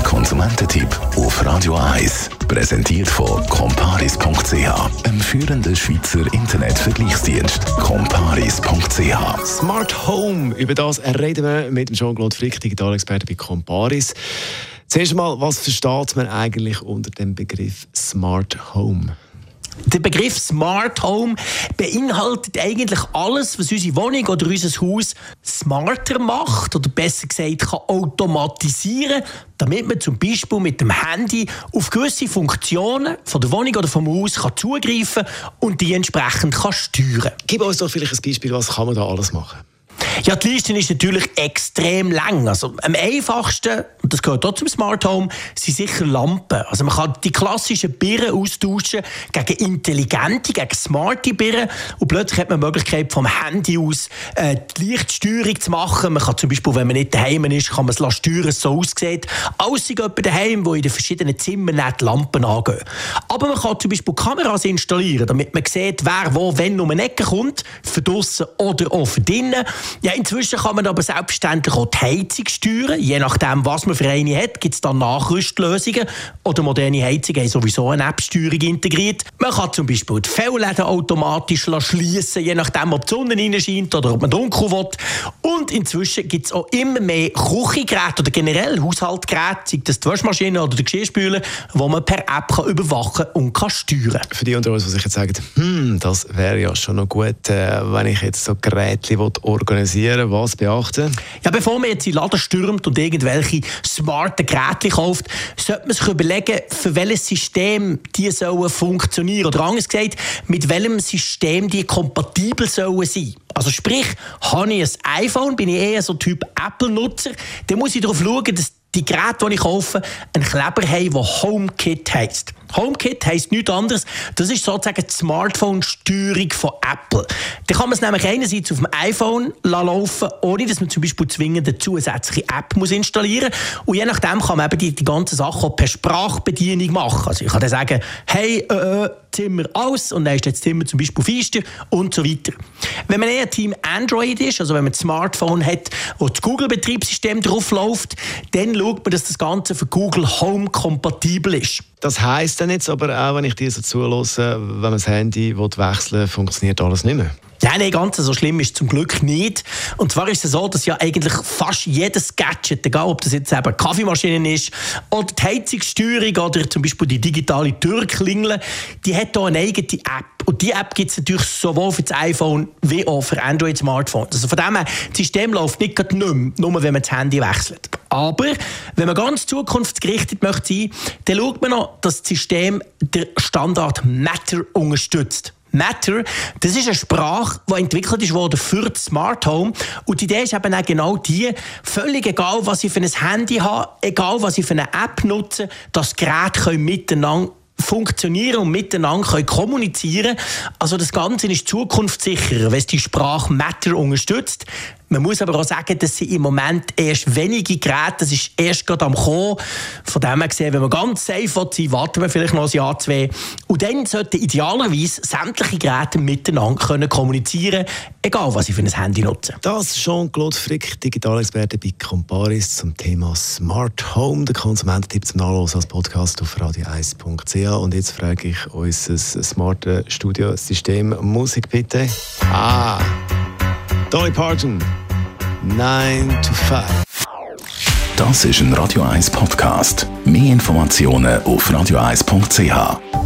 Konsumententipp auf Radio 1. Präsentiert von comparis.ch, einem führenden Schweizer Internetvergleichsdienst. Comparis.ch. Smart Home, über das reden wir mit dem Jean-Claude Frick, Digitalexperte bei Comparis. Zuerst mal, was versteht man eigentlich unter dem Begriff Smart Home? Der Begriff Smart Home beinhaltet eigentlich alles, was unsere Wohnung oder unser Haus smarter macht oder besser gesagt kann automatisieren, damit man zum Beispiel mit dem Handy auf gewisse Funktionen von der Wohnung oder vom Haus kann zugreifen und die entsprechend kann steuern. Gib uns doch vielleicht ein Beispiel, was kann man da alles machen? Ja, die Liste ist natürlich extrem lang. Also, am einfachsten, und das gehört auch zum Smart Home, sind sicher Lampen. Also, man kann die klassischen Birnen austauschen gegen intelligente, gegen smarte Birnen. Und plötzlich hat man die Möglichkeit, vom Handy aus die Lichtsteuerung zu machen. Man kann zum Beispiel, wenn man nicht daheim ist, kann man es steuern, so aussieht. Alles ist jemand daheim, wo in den verschiedenen Zimmern die Lampen angehen. Aber man kann zum Beispiel Kameras installieren, damit man sieht, wer wo, wenn um eine Ecke kommt, für draussen oder auch für drinnen. Ja, inzwischen kann man aber selbstverständlich auch die Heizung steuern. Je nachdem, was man für eine hat, gibt es dann Nachrüstlösungen. Oder moderne Heizungen haben sowieso eine App-Steuerung integriert. Man kann zum Beispiel die Fellläden automatisch schliessen, je nachdem, ob die Sonne reinscheint oder ob man dunkel will. Und inzwischen gibt es auch immer mehr Küchengeräte oder generell Haushaltsgeräte, sei das die Waschmaschine oder der Geschirrspüler, wo man per App kann überwachen und kann steuern. Für die unter uns, die sich jetzt sagen, das wäre ja schon noch gut, wenn ich jetzt so Geräte organisieren. Was beachten? Ja, bevor man jetzt in den Laden stürmt und irgendwelche smarten Geräte kauft, sollte man sich überlegen, für welches System die sollen funktionieren. Oder anders gesagt, mit welchem System die kompatibel sollen sein. Also sprich, habe ich ein iPhone, bin ich eher so Typ Apple-Nutzer, dann muss ich darauf schauen, dass die Geräte, die ich kaufe, einen Kleber haben, der HomeKit heisst. HomeKit heisst nichts anderes. Das ist sozusagen die Smartphone-Steuerung von Apple. Da kann man es nämlich einerseits auf dem iPhone laufen, ohne dass man zum Beispiel zwingend eine zusätzliche App muss installieren muss. Und je nachdem kann man eben die ganzen Sachen auch per Sprachbedienung machen. Also ich kann dann sagen, hey, Zimmer aus, und dann ist das Zimmer zum Beispiel feister und so weiter. Wenn man eher Team Android ist, also wenn man ein Smartphone hat, wo das Google-Betriebssystem drauf läuft, dann schaut man, dass das Ganze für Google Home kompatibel ist. Das heisst dann jetzt aber auch, wenn ich dir so zuhöre, wenn man das Handy wechseln will, funktioniert alles nicht mehr? Nein, ganz so schlimm ist es zum Glück nicht. Und zwar ist es so, dass ja eigentlich fast jedes Gadget, egal ob das jetzt eben Kaffeemaschine ist oder die Heizungssteuerung oder zum Beispiel die digitale Türklingel, die hat hier eine eigene App. Und die App gibt es natürlich sowohl für das iPhone wie auch für Android-Smartphones. Also von dem her, das System läuft nicht mehr, nur wenn man das Handy wechselt. Aber wenn man ganz zukunftsgerichtet möchte sein, dann schaut man noch, dass das System den Standard Matter unterstützt. Matter, das ist eine Sprache, die entwickelt wurde für das Smart Home. Und die Idee ist eben auch genau die, völlig egal, was ich für ein Handy habe, egal, was ich für eine App nutze, das Gerät miteinander funktionieren und miteinander kommunizieren. Also das Ganze ist zukunftssicherer, wenn es die Sprache Matter unterstützt. Man muss aber auch sagen, dass sie im Moment erst wenige Geräte, das ist erst gerade am Kommen. Von dem her gesehen, wenn man ganz safe sein will, warten wir vielleicht noch ein Jahr, 2. Und dann sollten idealerweise sämtliche Geräte miteinander kommunizieren können, egal was ich für ein Handy nutze. Das ist Jean-Claude Frick, Digitalexperte bei Comparis zum Thema Smart Home. Der Konsumententipp zum Nachlesen als Podcast auf radio1.ch. Und jetzt frage ich unser smarte Studiosystem. Musik bitte. Dolly Parton, 9 to 5. Das ist ein Radio 1 Podcast. Mehr Informationen auf radio1.ch.